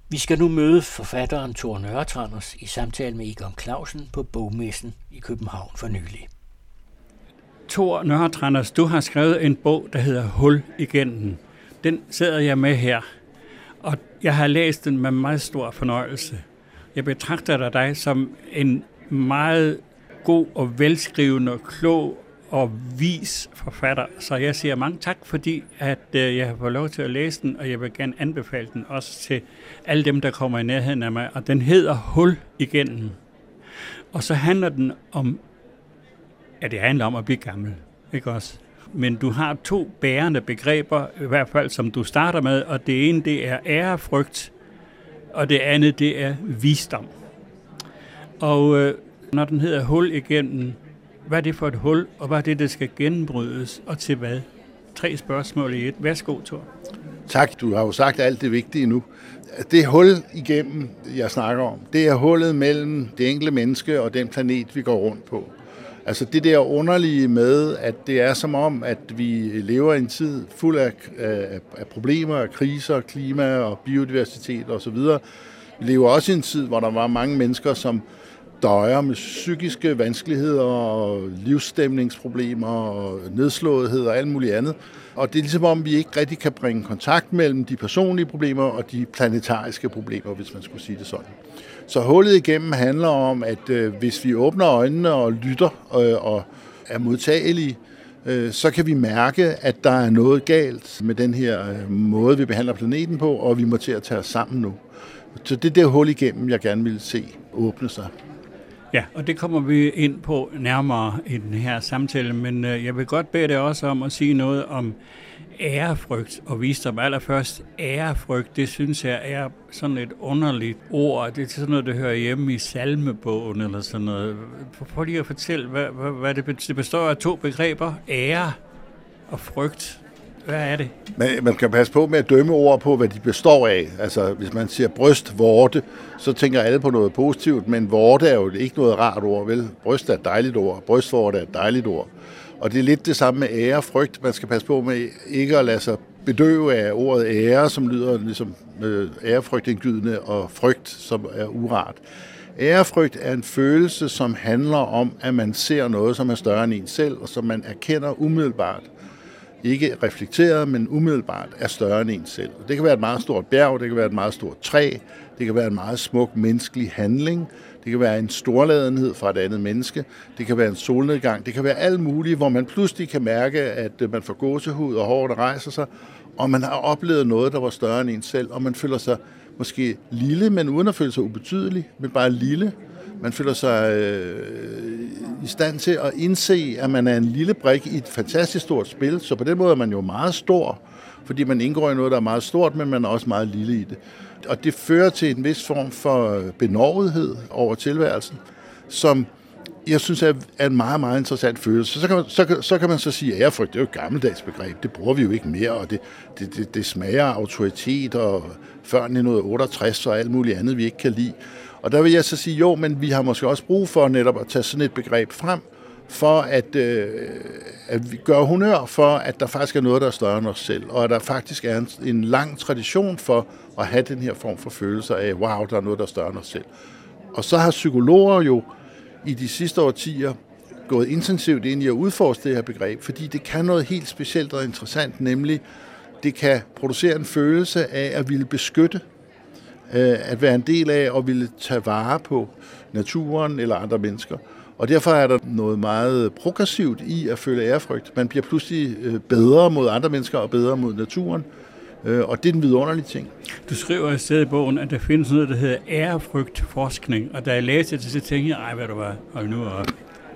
Vi skal nu møde forfatteren Tor Nørretranders i samtale med Egon Clausen på Bogmessen i København for nylig. Tor Nørretranders, du har skrevet en bog, der hedder Hul igennem. Den sidder jeg med her, og jeg har læst den med meget stor fornøjelse. Jeg betragter dig som en meget god og velskrivende, klog og vis forfatter. Så jeg siger mange tak, fordi at jeg har fået lov til at læse den, og jeg vil gerne anbefale den også til alle dem, der kommer i nærheden af mig. Og den hedder Hul igennem. Og så handler den om, det handler om at blive gammel, ikke også? Men du har 2 bærende begreber, i hvert fald som du starter med, og det ene, det er ærefrygt, og det andet, det er visdom. Og når den hedder Hul igennem, hvad er det for et hul, og hvad er det, der skal gennembrydes, og til hvad? 3 spørgsmål i et. Værsgo, Tor. Tak, du har jo sagt alt det vigtige nu. Det hul igennem, jeg snakker om, det er hullet mellem det enkelte menneske og den planet, vi går rundt på. Altså det der underlige med, at det er som om, at vi lever i en tid fuld af problemer, af kriser, klima og biodiversitet osv. Vi lever også i en tid, hvor der var mange mennesker, som døjer med psykiske vanskeligheder og livsstemningsproblemer og nedslåethed og alt muligt andet. Og det er ligesom om, vi ikke rigtig kan bringe kontakt mellem de personlige problemer og de planetariske problemer, hvis man skulle sige det sådan. Så hullet igennem handler om, at hvis vi åbner øjnene og lytter og er modtagelige, så kan vi mærke, at der er noget galt med den her måde, vi behandler planeten på, og vi må til at tage os sammen nu. Så det er det hul igennem, jeg gerne vil se åbne sig. Ja, og det kommer vi ind på nærmere i den her samtale, men jeg vil godt bede dig også om at sige noget om ærefrygt og visdom. Allerførst, ærefrygt, det synes jeg er sådan et underligt ord. Det er sådan noget, der hører hjemme i salmebogen eller sådan noget. Prøv lige at fortælle, hvad det betyder. Det består af 2 begreber, ære og frygt. Hvad er det? Man kan passe på med at dømme ord på, hvad de består af. Altså, hvis man siger brystvorte, så tænker alle på noget positivt, men vorte er jo ikke noget rart ord, vel? Bryst er et dejligt ord, brystvorte er et dejligt ord. Og det er lidt det samme med ære og frygt. Man skal passe på med ikke at lade sig bedøve af ordet ære, som lyder ligesom ærefrygtindgydende, og frygt, som er urart. Ærefrygt er en følelse, som handler om, at man ser noget, som er større end en selv, og som man erkender umiddelbart. Ikke reflekteret, men umiddelbart er større end en selv. Det kan være et meget stort bjerg, det kan være et meget stort træ, det kan være en meget smuk menneskelig handling, det kan være en storladenhed fra et andet menneske, det kan være en solnedgang, det kan være alt muligt, hvor man pludselig kan mærke, at man får gåsehud og hårene rejser sig, og man har oplevet noget, der var større end en selv, og man føler sig måske lille, men uden at føle sig ubetydelig, men bare lille. Man føler sig i stand til at indse, at man er en lille brik i et fantastisk stort spil, så på den måde er man jo meget stor, fordi man indgår i noget, der er meget stort, men man er også meget lille i det. Og det fører til en vis form for benovethed over tilværelsen, som jeg synes er en meget, meget interessant følelse. Så kan man så sige, at ærefrygt, det er jo et gammeldags begreb, det bruger vi jo ikke mere, og det smager af autoritet, og før 1968 og alt muligt andet, vi ikke kan lide. Og der vil jeg så sige, jo, men vi har måske også brug for netop at tage sådan et begreb frem, for at vi gør honør for, at der faktisk er noget, der er større end os selv, og at der faktisk er en lang tradition for at have den her form for følelser af, wow, der er noget, der er større end os selv. Og så har psykologer jo i de sidste årtier gået intensivt ind i at udforske det her begreb, fordi det kan noget helt specielt og interessant, nemlig det kan producere en følelse af at ville beskytte, at være en del af og ville tage vare på naturen eller andre mennesker. Og derfor er der noget meget progressivt i at føle ærefrygt. Man bliver pludselig bedre mod andre mennesker og bedre mod naturen, og det er en vidunderlig ting. Du skriver i stedet i bogen, at der findes noget, der hedder ærefrygtforskning, og da jeg læste det, så tænkte jeg, ved du hvad, hold nu op.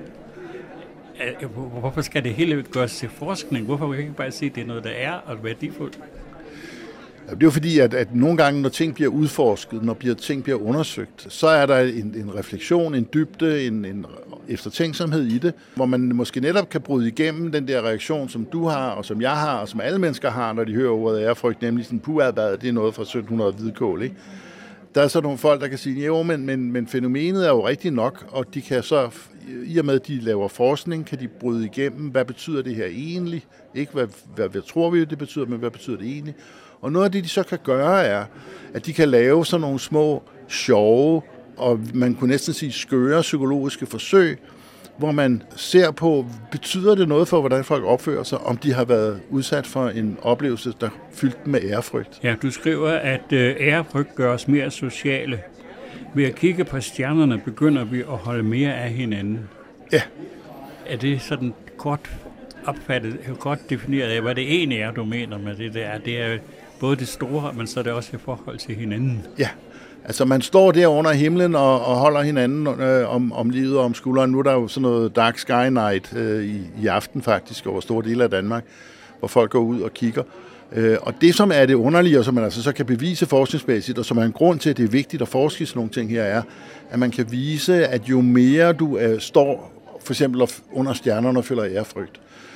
Hvorfor skal det hele gøres til forskning? Hvorfor kan jeg ikke bare sige, at det er noget, der er og værdifuldt? Det er jo fordi, at nogle gange, når ting bliver udforsket, når ting bliver undersøgt, så er der en refleksion, en dybde, en eftertænksomhed i det, hvor man måske netop kan bryde igennem den der reaktion, som du har, og som jeg har, og som alle mennesker har, når de hører ordet ærefrygt, nemlig sådan, det er noget fra 1700 hvidkål, ikke? Der er så nogle folk, der kan sige, jo, men fænomenet er jo rigtigt nok, og de kan så, i og med at de laver forskning, kan de bryde igennem, hvad betyder det her egentlig? Ikke hvad tror vi, det betyder, men hvad betyder det egentlig? Og noget af det, de så kan gøre, er, at de kan lave sådan nogle små, sjove, og man kunne næsten sige skøre psykologiske forsøg, hvor man ser på, betyder det noget for, hvordan folk opfører sig, om de har været udsat for en oplevelse, der fyldt dem med ærefrygt. Ja, du skriver, at ærefrygt gør os mere sociale. Ved at kigge på stjernerne begynder vi at holde mere af hinanden. Ja. Er det sådan kort opfattet, godt defineret af, hvad det egentlig er, du mener med det der? Det er både det store, men så er det også i forhold til hinanden. Ja, altså man står der under himlen og holder hinanden om livet og om skulderen. Nu er der jo sådan noget Dark Sky Night i aften faktisk over store dele af Danmark, hvor folk går ud og kigger. Og det, som er det underlige, og som man altså så kan bevise forskningsmæssigt, og som er en grund til, at det er vigtigt at forske i sådan nogle ting her, er, at man kan vise, at jo mere du står for eksempel under stjernerne og føler ærefrygt,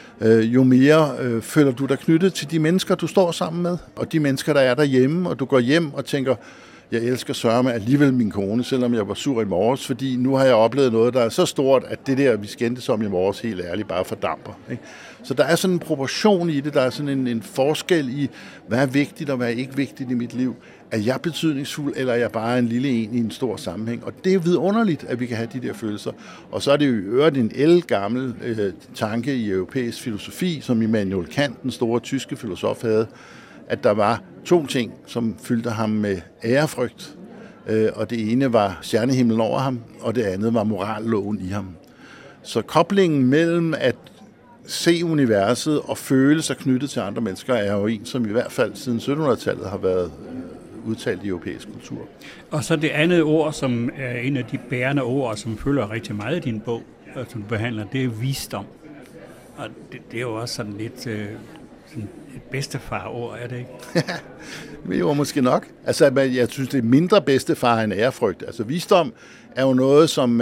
jo mere føler du dig knyttet til de mennesker, du står sammen med, og de mennesker, der er derhjemme, og du går hjem og tænker, jeg elsker sørme alligevel min kone, selvom jeg var sur i morges, fordi nu har jeg oplevet noget, der er så stort, at det der, vi skændtes om i morges, helt ærligt, bare fordamper. Ikke? Så der er sådan en proportion i det, der er sådan en forskel i, hvad er vigtigt og hvad er ikke vigtigt i mit liv. Er jeg betydningsfuld, eller er jeg bare en lille en i en stor sammenhæng? Og det er vidunderligt, at vi kan have de der følelser. Og så er det jo i øvrigt en ældgammel tanke i europæisk filosofi, som Immanuel Kant, den store tyske filosof, havde, at der var 2 ting, som fyldte ham med ærefrygt. Og det ene var stjernehimlen over ham, og det andet var moralloven i ham. Så koblingen mellem at se universet og føle sig knyttet til andre mennesker, er jo en, som i hvert fald siden 1700-tallet har været udtalt i europæisk kultur. Og så det andet ord, som er en af de bærende ord, som fylder rigtig meget i din bog, som du behandler, det er visdom. Og det er jo også sådan lidt sådan et bedstefar-ord, er det ikke? Det er jo måske nok. Altså, jeg synes, det er mindre bedstefar end ærefrygt. Altså, visdom er jo noget, som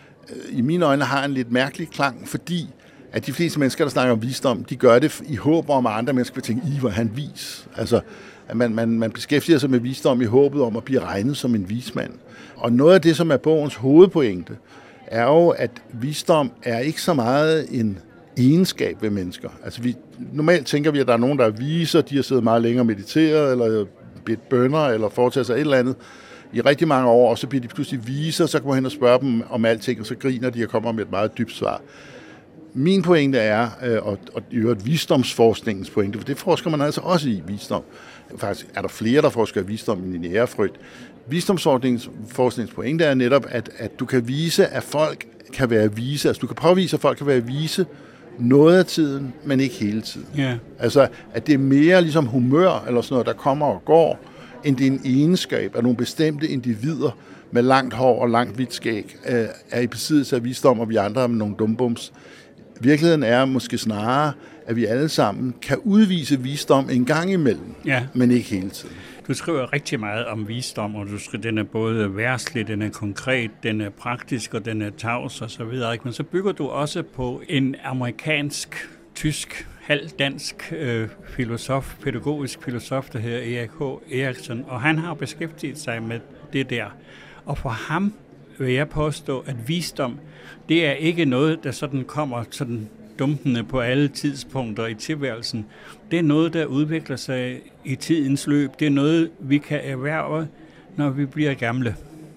i mine øjne har en lidt mærkelig klang, fordi at de fleste mennesker, der snakker om visdom, de gør det i håb om, at andre mennesker vil tænke, hvor han vis. Altså, at man beskæftiger sig med visdom i håbet om at blive regnet som en vismand. Og noget af det, som er bogens hovedpointe, er jo, at visdom er ikke så meget en egenskab ved mennesker. Altså, normalt tænker vi, at der er nogen, der er viser, de har siddet meget længere mediteret, eller bedt bønner, eller foretaget sig et eller andet i rigtig mange år, og så bliver de pludselig viser, så kan man hen og spørge dem om alting, og så griner de og kommer med et meget dybt svar. Min pointe er, og i øvrigt visdomsforskningens pointe, for det forsker man altså også i visdom. Faktisk er der flere, der forsker i visdom end i ærefrygt. Visdomsforskningens pointe er netop, at du kan vise, at folk kan være vise. Altså du kan påvise, at folk kan være vise noget af tiden, men ikke hele tiden. Yeah. Altså at det er mere ligesom humør eller sådan noget, der kommer og går, end det er en egenskab af nogle bestemte individer med langt hår og langt hvidt skæg, er i besiddelse af visdom, og vi andre med nogle dumbums. Virkeligheden er måske snarere, at vi alle sammen kan udvise visdom en gang imellem, men ikke hele tiden. Du skriver rigtig meget om visdom, og du skriver, den er både værslig, den er konkret, den er praktisk, og den er tavs og så videre. Men så bygger du også på en amerikansk, tysk, halvdansk filosof, pædagogisk filosof, der hedder Erik H. Erikson, og han har beskæftiget sig med det der. Og for ham vil jeg påstå, at visdom, det er ikke noget, der sådan kommer sådan dumpende på alle tidspunkter i tilværelsen. Det er noget, der udvikler sig i tidens løb. Det er noget, vi kan erhverve, når vi bliver gamle.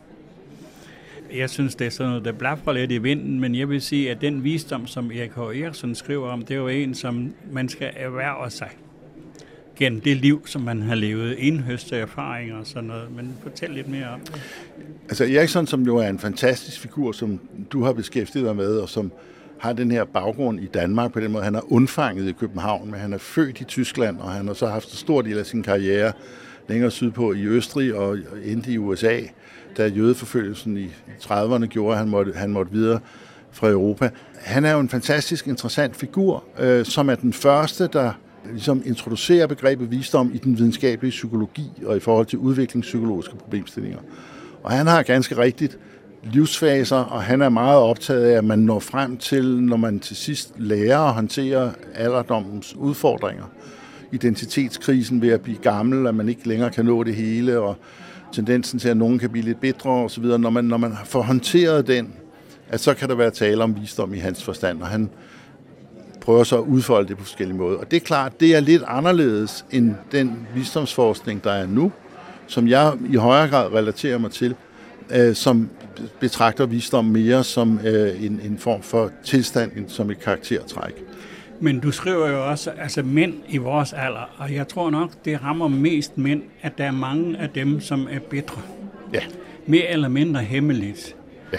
Jeg synes, det er sådan noget, der blafrer lidt i vinden, men jeg vil sige, at den visdom, som Erik H. Erikson skriver om, det er jo en, som man skal erhverve sig gennem det liv, som man har levet, indhøste erfaringer og sådan noget. Men fortæl lidt mere om det. Altså Erikson, som jo er en fantastisk figur, som du har beskæftiget dig med, og som har den her baggrund i Danmark på den måde. Han er undfanget i København, men han er født i Tyskland, og han har så haft en stor del af sin karriere længere sydpå i Østrig og endte i USA, da jødeforfølgelsen i 30'erne gjorde, at han måtte videre fra Europa. Han er jo en fantastisk interessant figur, som er den første, der ligesom introducerer begrebet visdom i den videnskabelige psykologi og i forhold til udviklingspsykologiske problemstillinger. Og han har ganske rigtigt livsfaser, og han er meget optaget af, at man når frem til, når man til sidst lærer at håndtere alderdommens udfordringer. Identitetskrisen ved at blive gammel, at man ikke længere kan nå det hele, og tendensen til, at nogen kan blive lidt bedre osv. Når man får håndteret den, at så kan der være tale om visdom i hans forstand. Og han prøver så at udfolde det på forskellige måder. Og det er klart, det er lidt anderledes end den visdomsforskning, der er nu, som jeg i højere grad relaterer mig til, som betragter visdom mere som en form for tilstand, som et karaktertræk. Men du skriver jo også, altså mænd i vores alder, og jeg tror nok, det rammer mest mænd, at der er mange af dem, som er bitre. Ja. Mere eller mindre hemmeligt. Ja.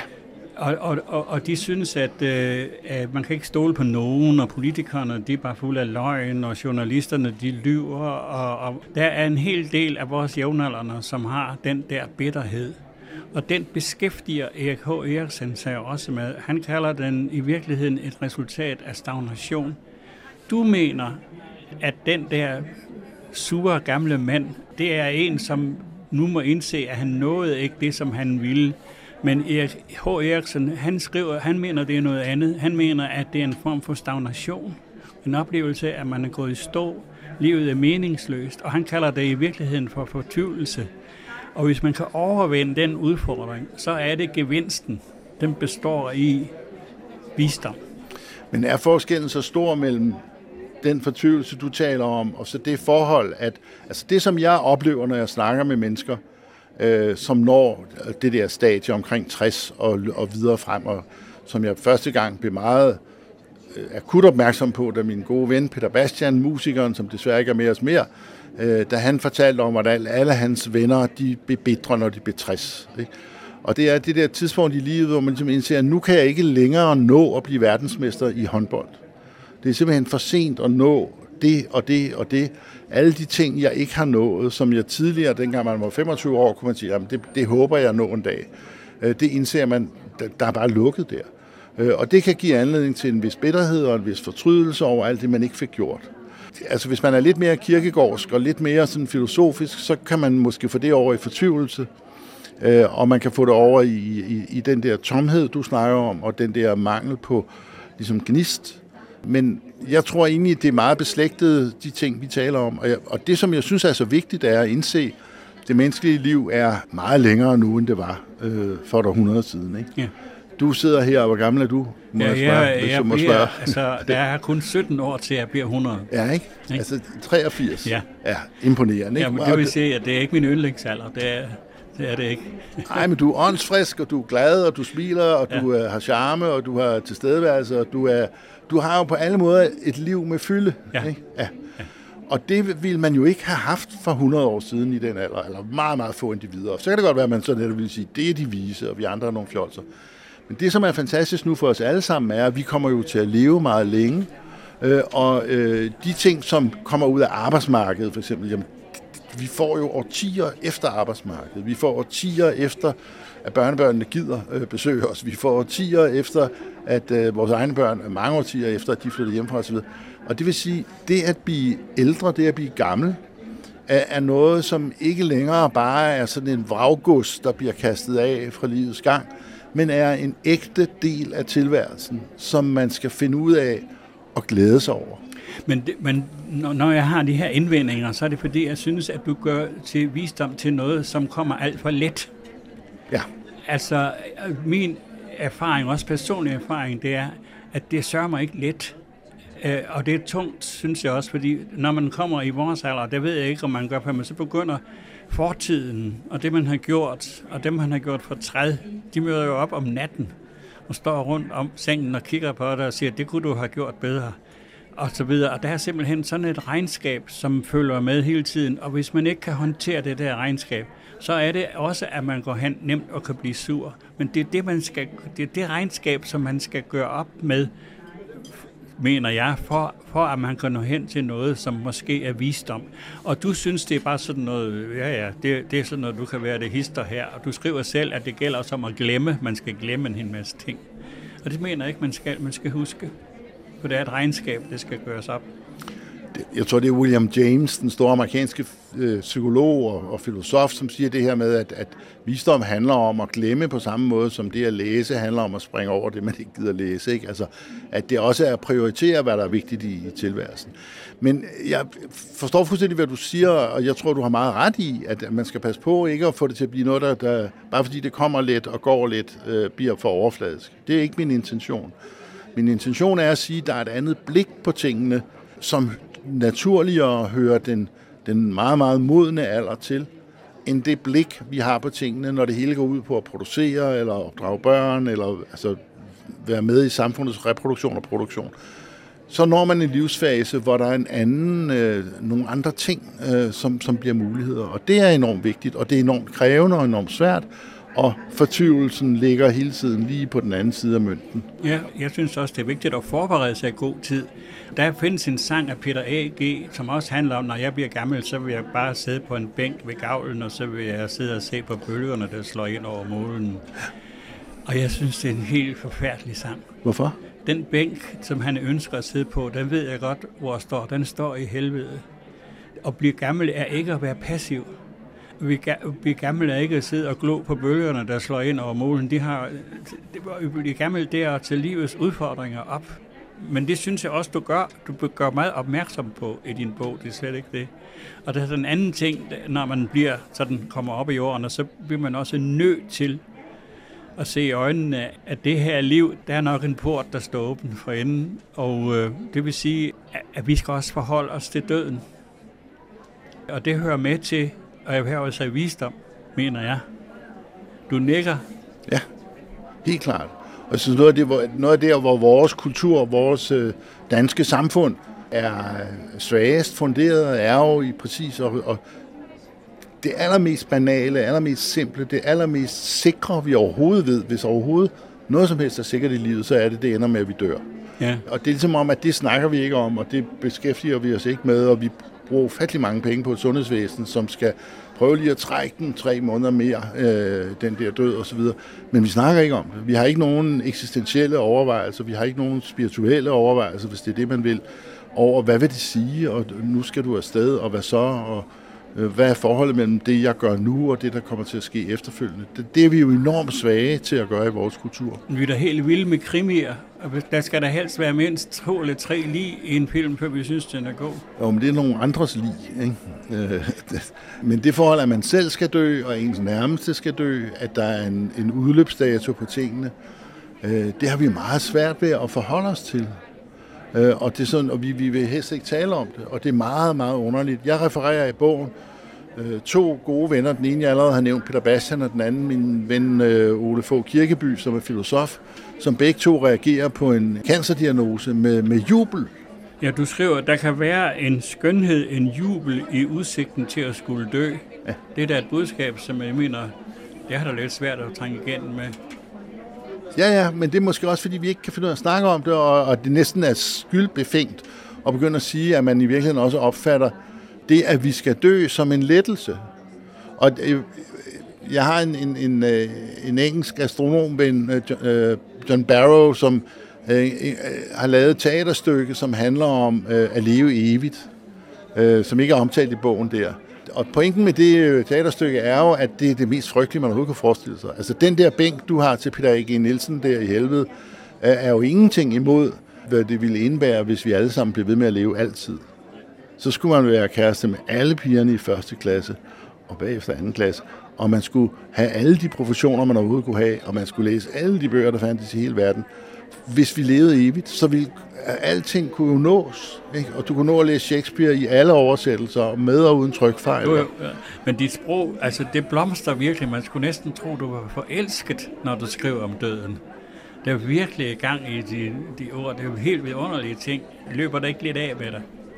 Og de synes, at man kan ikke stole på nogen, og politikerne, de er bare fulde af løgn, og journalisterne, de lyver, og der er en hel del af vores jævnaldrende, som har den der bitterhed. Og den beskæftiger Erik H. Eriksen sig også med. Han kalder den i virkeligheden et resultat af stagnation. Du mener, at den der sure gamle mand, det er en, som nu må indse, at han nåede ikke det, som han ville. Men Erik H. Eriksen, han mener, det er noget andet. Han mener, at det er en form for stagnation. En oplevelse af, at man er gået i stå. Livet er meningsløst. Og han kalder det i virkeligheden for fortvivlelse. Og hvis man kan overvinde den udfordring, så er det gevinsten. Den består i visdom. Men er forskellen så stor mellem den fortvivlelse, du taler om, og så det forhold, at altså det, som jeg oplever, når jeg snakker med mennesker, som når det der stadie omkring 60 og videre frem, og som jeg første gang blev meget akut opmærksom på, da min gode ven Peter Bastian, musikeren, som desværre ikke er med os mere, da han fortalte om, at alle hans venner, de blev bitre, når de blev 60. Ikke? Og det er det der tidspunkt i livet, hvor man ligesom indser, at nu kan jeg ikke længere nå at blive verdensmester i håndbold. Det er simpelthen for sent at nå det og det og det. Alle de ting, jeg ikke har nået, som jeg tidligere, dengang man var 25 år, kunne man sige, jamen det håber jeg nå en dag. Det indser man, der er bare lukket der. Og det kan give anledning til en vis bitterhed og en vis fortrydelse over alt det, man ikke fik gjort. Altså hvis man er lidt mere kirkegårdsk og lidt mere sådan filosofisk, så kan man måske få det over i fortvivlelse, og man kan få det over i den der tomhed, du snakker om, og den der mangel på ligesom gnist. Men jeg tror egentlig, det er meget beslægtet, de ting, vi taler om. Og det, som jeg synes er så vigtigt, er at indse, at det menneskelige liv er meget længere nu, end det var for et århundrede siden. Ikke? Ja. Du sidder her, og hvor gammel er du? Jeg bliver, altså, der er kun 17 år til, jeg bliver 100. Ja, ikke? Altså 83. Ja. Ja, imponerende. Ikke? Ja, men det vil sige, at det er ikke min yndlingsalder. Det er det ikke. Nej, men du er åndsfrisk, og du er glad, og du smiler, og du har charme, og du har tilstedeværelse, og du har jo på alle måder et liv med fylde. Ja. Ikke? Ja. Og det ville man jo ikke have haft for 100 år siden i den alder, eller meget, meget få individer. Så kan det godt være, at man så netop vil sige, det er de vise, og vi andre er nogle fjolser. Men det, som er fantastisk nu for os alle sammen, er, at vi kommer jo til at leve meget længe, og de ting, som kommer ud af arbejdsmarkedet, for eksempel, jamen, vi får jo årtier efter arbejdsmarkedet. Vi får årtier efter, at børnebørnene gider besøge os. Vi får årtier efter, at vores egne børn, mange årtier efter, at de flytter hjemmefra osv. Og det vil sige, det at blive ældre, det at blive gammel, er noget, som ikke længere bare er sådan en vraggods, der bliver kastet af fra livets gang, men er en ægte del af tilværelsen, som man skal finde ud af og glæde sig over. Men når jeg har de her indvendinger, så er det fordi, jeg synes, at du gør til visdom til noget, som kommer alt for let. Ja. Altså, min erfaring, også personlig erfaring, det er, at det sørger mig ikke let. Og det er tungt, synes jeg også, fordi når man kommer i vores alder, der ved jeg ikke, om man gør på, men så begynder fortiden, og det man har gjort, og dem man har gjort for træd, de møder jo op om natten, og står rundt om sengen og kigger på dig og siger, det kunne du have gjort bedre, og så videre. Og der er simpelthen sådan et regnskab, som følger med hele tiden, og hvis man ikke kan håndtere det der regnskab, så er det også, at man går hen nemt og kan blive sur. Men det er det regnskab, som man skal gøre op med, mener jeg, for at man kan nå hen til noget, som måske er visdom. Og du synes, det er bare sådan noget, det er sådan noget, du kan være det hister her, og du skriver selv, at det gælder som at glemme, man skal glemme en hel masse ting. Og det mener jeg ikke, man skal huske, for det er et regnskab, det skal gøres op. Jeg tror, det er William James, den store amerikanske psykolog og filosof, som siger det her med, at visdom handler om at glemme på samme måde, som det at læse handler om at springe over det, man ikke gider læse. Ikke? Altså, at det også er at prioritere, hvad der er vigtigt i tilværelsen. Men jeg forstår fuldstændig, hvad du siger, og jeg tror, du har meget ret i, at man skal passe på ikke at få det til at blive noget, der bare fordi det kommer lidt og går lidt, bliver for overfladisk. Det er ikke min intention. Min intention er at sige, at der er et andet blik på tingene, som naturligere hører den meget, meget modne alder til, end det blik, vi har på tingene, når det hele går ud på at producere, eller opdrage børn, eller altså være med i samfundets reproduktion og produktion. Så når man en livsfase, hvor der er en anden, nogle andre ting, som bliver muligheder. Og det er enormt vigtigt, og det er enormt krævende og enormt svært, og fortvivlelsen ligger hele tiden lige på den anden side af mønten. Ja, jeg synes også, det er vigtigt at forberede sig i god tid. Der findes en sang af Peter A.G., som også handler om, når jeg bliver gammel, så vil jeg bare sidde på en bænk ved gavlen, og så vil jeg sidde og se på bølgerne, der slår ind over målen. Og jeg synes, det er en helt forfærdelig sang. Hvorfor? Den bænk, som han ønsker at sidde på, den ved jeg godt, hvor står. Den står i helvede. At blive gammel er ikke at være passiv. Blive gammel er ikke at sidde og glo på bølgerne, der slår ind over målen. Blive gammel, det er at tage livets udfordringer op. Men det synes jeg også, du gør. Du gør meget opmærksom på i din bog. Det er slet ikke det. Og der er den anden ting, når man bliver sådan kommer op i årene, så bliver man også nødt til at se i øjnene, at det her liv, der er nok en port, der står åben for enden. Og det vil sige, at vi skal også forholde os til døden. Og det hører med til, og jeg hører også visdom, mener jeg. Du nikker. Ja, helt klart. Og så noget af det, hvor vores kultur, vores danske samfund er svagest funderet, er jo i præcis og det allermest banale, allermest simple, det allermest sikre, vi overhovedet ved, hvis overhovedet noget som helst er sikkert i livet, så er det ender med, at vi dør. Ja. Og det er ligesom om, at det snakker vi ikke om, og det beskæftiger vi os ikke med, og vi bruger ufattelig mange penge på et sundhedsvæsen, som skal prøve lige at trække den 3 måneder mere, den der død og så videre. Men vi snakker ikke om det. Vi har ikke nogen eksistentielle overvejelser, vi har ikke nogen spirituelle overvejelser, hvis det er det, man vil, over hvad vil det sige, og nu skal du afsted, og hvad så, og hvad er forholdet mellem det, jeg gør nu, og det, der kommer til at ske efterfølgende. Det er vi jo enormt svage til at gøre i vores kultur. Vi er da helt vilde med krimier. Der skal der helst være mindst 2 eller 3 lig i en film, før vi synes, den er god. Jo, men det er nogle andres lig, ikke? Men det forhold, at man selv skal dø, og ens nærmeste skal dø, at der er en udløbsdato på tingene, det har vi meget svært ved at forholde os til. Og det er sådan, og vi vil helst ikke tale om det, og det er meget, meget underligt. Jeg refererer i bogen 2 gode venner. Den ene, jeg allerede har nævnt, Peter Bastian, og den anden, min ven Ole Fogh Kirkeby, som er filosof, som begge 2 reagerer på en cancerdiagnose med jubel. Ja, du skriver, at der kan være en skønhed, en jubel i udsigten til at skulle dø. Ja. Det er da et budskab, som jeg mener, det har da lidt svært at trænge igennem med. Ja, men det er måske også, fordi vi ikke kan finde ud af at snakke om det, og det næsten er skyldbefængt at begynde at sige, at man i virkeligheden også opfatter det, at vi skal dø, som en lettelse. Og jeg har en engelsk astronomven, John Barrow, som har lavet et teaterstykke, som handler om at leve evigt, som ikke er omtalt i bogen der. Og pointen med det teaterstykke er jo, at det er det mest frygtelige, man overhovedet kan forestille sig. Altså den der bænk, du har til Peter A.G. Nielsen der i helvede, er jo ingenting imod, hvad det ville indebære, hvis vi alle sammen blev ved med at leve altid. Så skulle man være kæreste med alle pigerne i 1. klasse og bagefter 2. klasse, og man skulle have alle de professioner, man overhovedet kunne have, og man skulle læse alle de bøger, der fandtes i hele verden. Hvis vi levede evigt, så ville alting kunne jo nås, ikke? Og du kunne nå at læse Shakespeare i alle oversættelser, med og uden trykfejl. Jo. Men dit sprog, altså det blomster virkelig. Man skulle næsten tro, du var forelsket, når du skriver om døden. Der er virkelig gang i de ord. Det er jo helt vidunderlige ting. Løber der ikke lidt af med dig?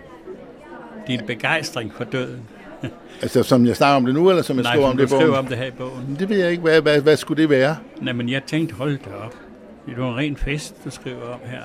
Din begejstring for døden. Altså som jeg snakker om det nu, eller som jeg skriver om det i bogen? Nej, skriver om det her i bogen. Det ved jeg ikke. Hvad skulle det være? Nej, men jeg tænkte, hold da op. Det er en ren fest, du skriver om her.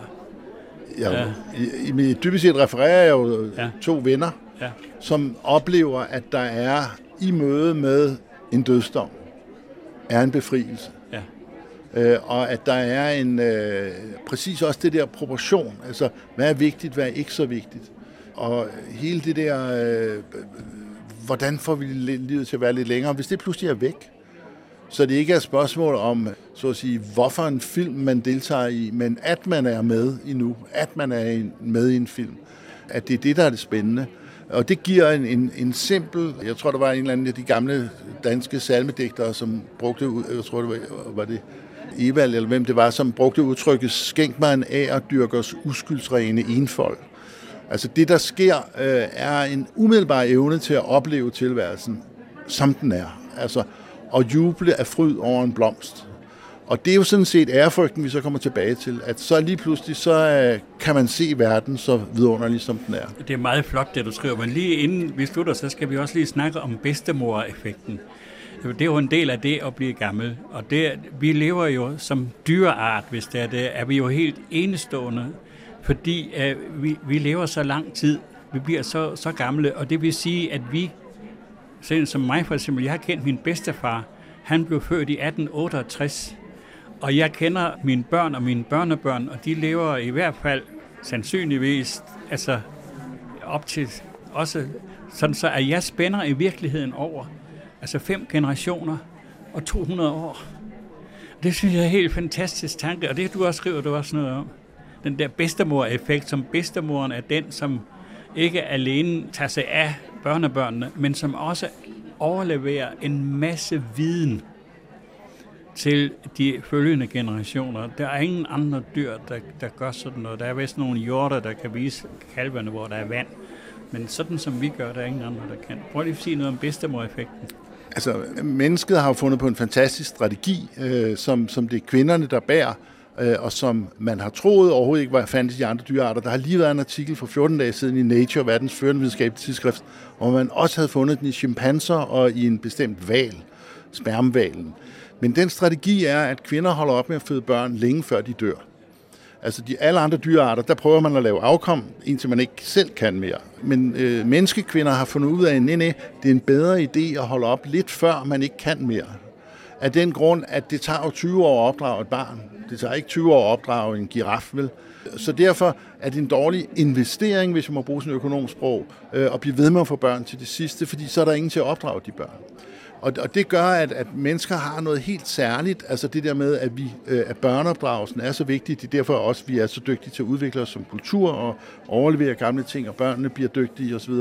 Ja. Dybest set refererer jeg jo 2 venner, som oplever, at der er i møde med en dødsdom, er en befrielse. Ja. Og at der er en præcis også det der proportion. Altså, hvad er vigtigt, hvad er ikke så vigtigt. Og hele det der, hvordan får vi livet til at være lidt længere, hvis det pludselig er væk. Så det ikke er et spørgsmål om, så at sige, hvorfor en film man deltager i, men at man er med i nu, at man er med i en film. At det er det, der er det spændende. Og det giver en simpel, jeg tror, der var en eller anden af de gamle danske salmedigtere, som brugte, jeg tror, det var det, Evald, eller hvem det var, som brugte udtrykket, skænk mig en agerdyrkers uskyldsrene enfold. Altså det, der sker, er en umiddelbar evne til at opleve tilværelsen, som den er. Altså at juble af fryd over en blomst. Og det er jo sådan set ærefrygten, vi så kommer tilbage til, at så lige pludselig, så kan man se verden så vidunderlig, som den er. Det er meget flot, det du skriver, men lige inden vi slutter, så skal vi også lige snakke om bedstemor-effekten. Det er jo en del af det at blive gammel, og vi lever jo som dyreart, hvis det er vi jo helt enestående, fordi vi lever så lang tid, vi bliver så gamle, og det vil sige, at vi, sådan som mig for eksempel, jeg har kendt min bedstefar, han blev født i 1868, og jeg kender mine børn og mine børnebørn, og de lever i hvert fald sandsynligvis altså op til også sådan, så at jeg spænder i virkeligheden over altså 5 generationer og 200 år. Det synes jeg er helt fantastisk tanke, og det du også skriver du også noget om. Den der bedstemor-effekt, som bedstemoren er den, som ikke alene tager sig af børnebørnene, men som også overleverer en masse viden til de følgende generationer. Der er ingen andre dyr, der gør sådan noget. Der er vist nogle hjorter, der kan vise kalverne, hvor der er vand. Men sådan som vi gør, der er ingen andre, der kan. Prøv lige at sige noget om bedstemor-effekten. Altså, mennesket har jo fundet på en fantastisk strategi, som det er kvinderne, der bærer, og som man har troet overhovedet ikke var fandtes i andre dyrearter. Der har lige været en artikel for 14 dage siden i Nature, verdens førende videnskabelige tidsskrift, hvor man også havde fundet den i chimpanser og i en bestemt hval, spermhvalen. Men den strategi er, at kvinder holder op med at føde børn længe før de dør. Altså alle andre dyrearter, der prøver man at lave afkom, indtil man ikke selv kan mere. Men menneskekvinder har fundet ud af, at det er en bedre idé at holde op lidt før man ikke kan mere. Af den grund, at det tager jo 20 år at opdrage et barn. Det tager ikke 20 år at opdrage en giraf, vel? Så derfor er det en dårlig investering, hvis man må bruge sådan et økonomisk sprog, at blive ved med at få børn til det sidste, fordi så er der ingen til at opdrage de børn. Og det gør, at mennesker har noget helt særligt, altså det der med, at børneopdragelsen er så vigtig, det er derfor også, vi er så dygtige til at udvikle os som kultur og overlevere gamle ting, og børnene bliver dygtige osv.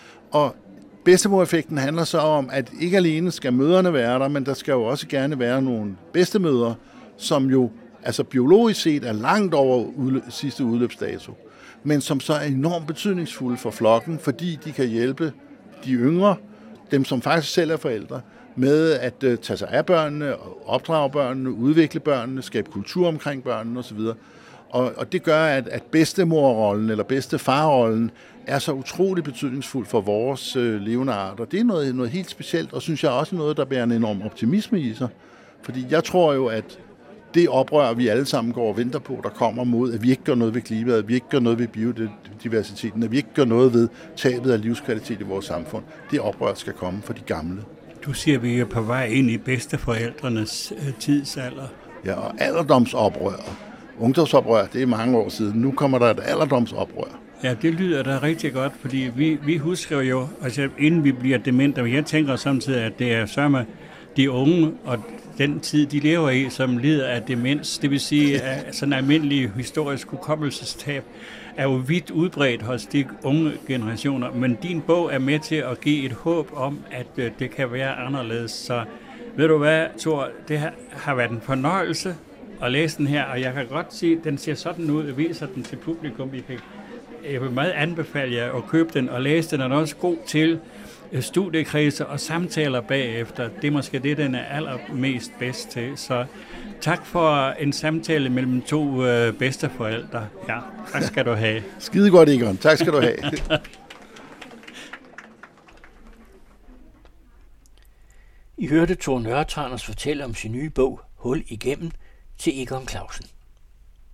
Og bedstemor-effekten handler så om, at ikke alene skal mødrene være der, men der skal jo også gerne være nogle bedstemødre, som jo altså biologisk set er langt over sidste udløbsdato, men som så er enormt betydningsfulde for flokken, fordi de kan hjælpe de yngre, dem som faktisk selv er forældre, med at tage sig af børnene, opdrage børnene, udvikle børnene, skabe kultur omkring børnene osv. Og det gør, at bedstemorrollen eller bedstefarrollen er så utrolig betydningsfuld for vores levende arter. Det er noget helt specielt, og synes jeg også noget, der bærer en enorm optimisme i sig. Fordi jeg tror jo, at det oprør, vi alle sammen går og venter på, der kommer mod, at vi ikke gør noget ved klimaet, at vi ikke gør noget ved biodiversiteten, at vi ikke gør noget ved tabet af livskvalitet i vores samfund. Det oprør skal komme for de gamle. Du siger, at vi er på vej ind i bedsteforældrenes tidsalder. Ja, og alderdomsoprør. Ungdomsoprør, det er mange år siden. Nu kommer der et alderdomsoprør. Ja, det lyder da rigtig godt, fordi vi husker jo, altså inden vi bliver demente, og jeg tænker samtidig, at det er sørme de unge og den tid, de lever i, som lider af demens, det vil sige, at sådan almindelig historisk hukommelsestab er jo vidt udbredt hos de unge generationer, men din bog er med til at give et håb om, at det kan være anderledes. Så ved du hvad, Thor, det har været en fornøjelse at læse den her, og jeg kan godt sige, at den ser sådan ud, og viser den til publikum. Jeg vil meget anbefale jer at købe den og læse den, og den er også god til studiekredser og samtaler bagefter. Det er måske det, den er allermest bedst til. Så tak for en samtale mellem 2 bedsteforældre. Ja, tak skal du have. Skide godt, Egon. Tak skal du have. I hørte Thor Nørretranders fortælle om sin nye bog, Hul igennem, til Egon Clausen.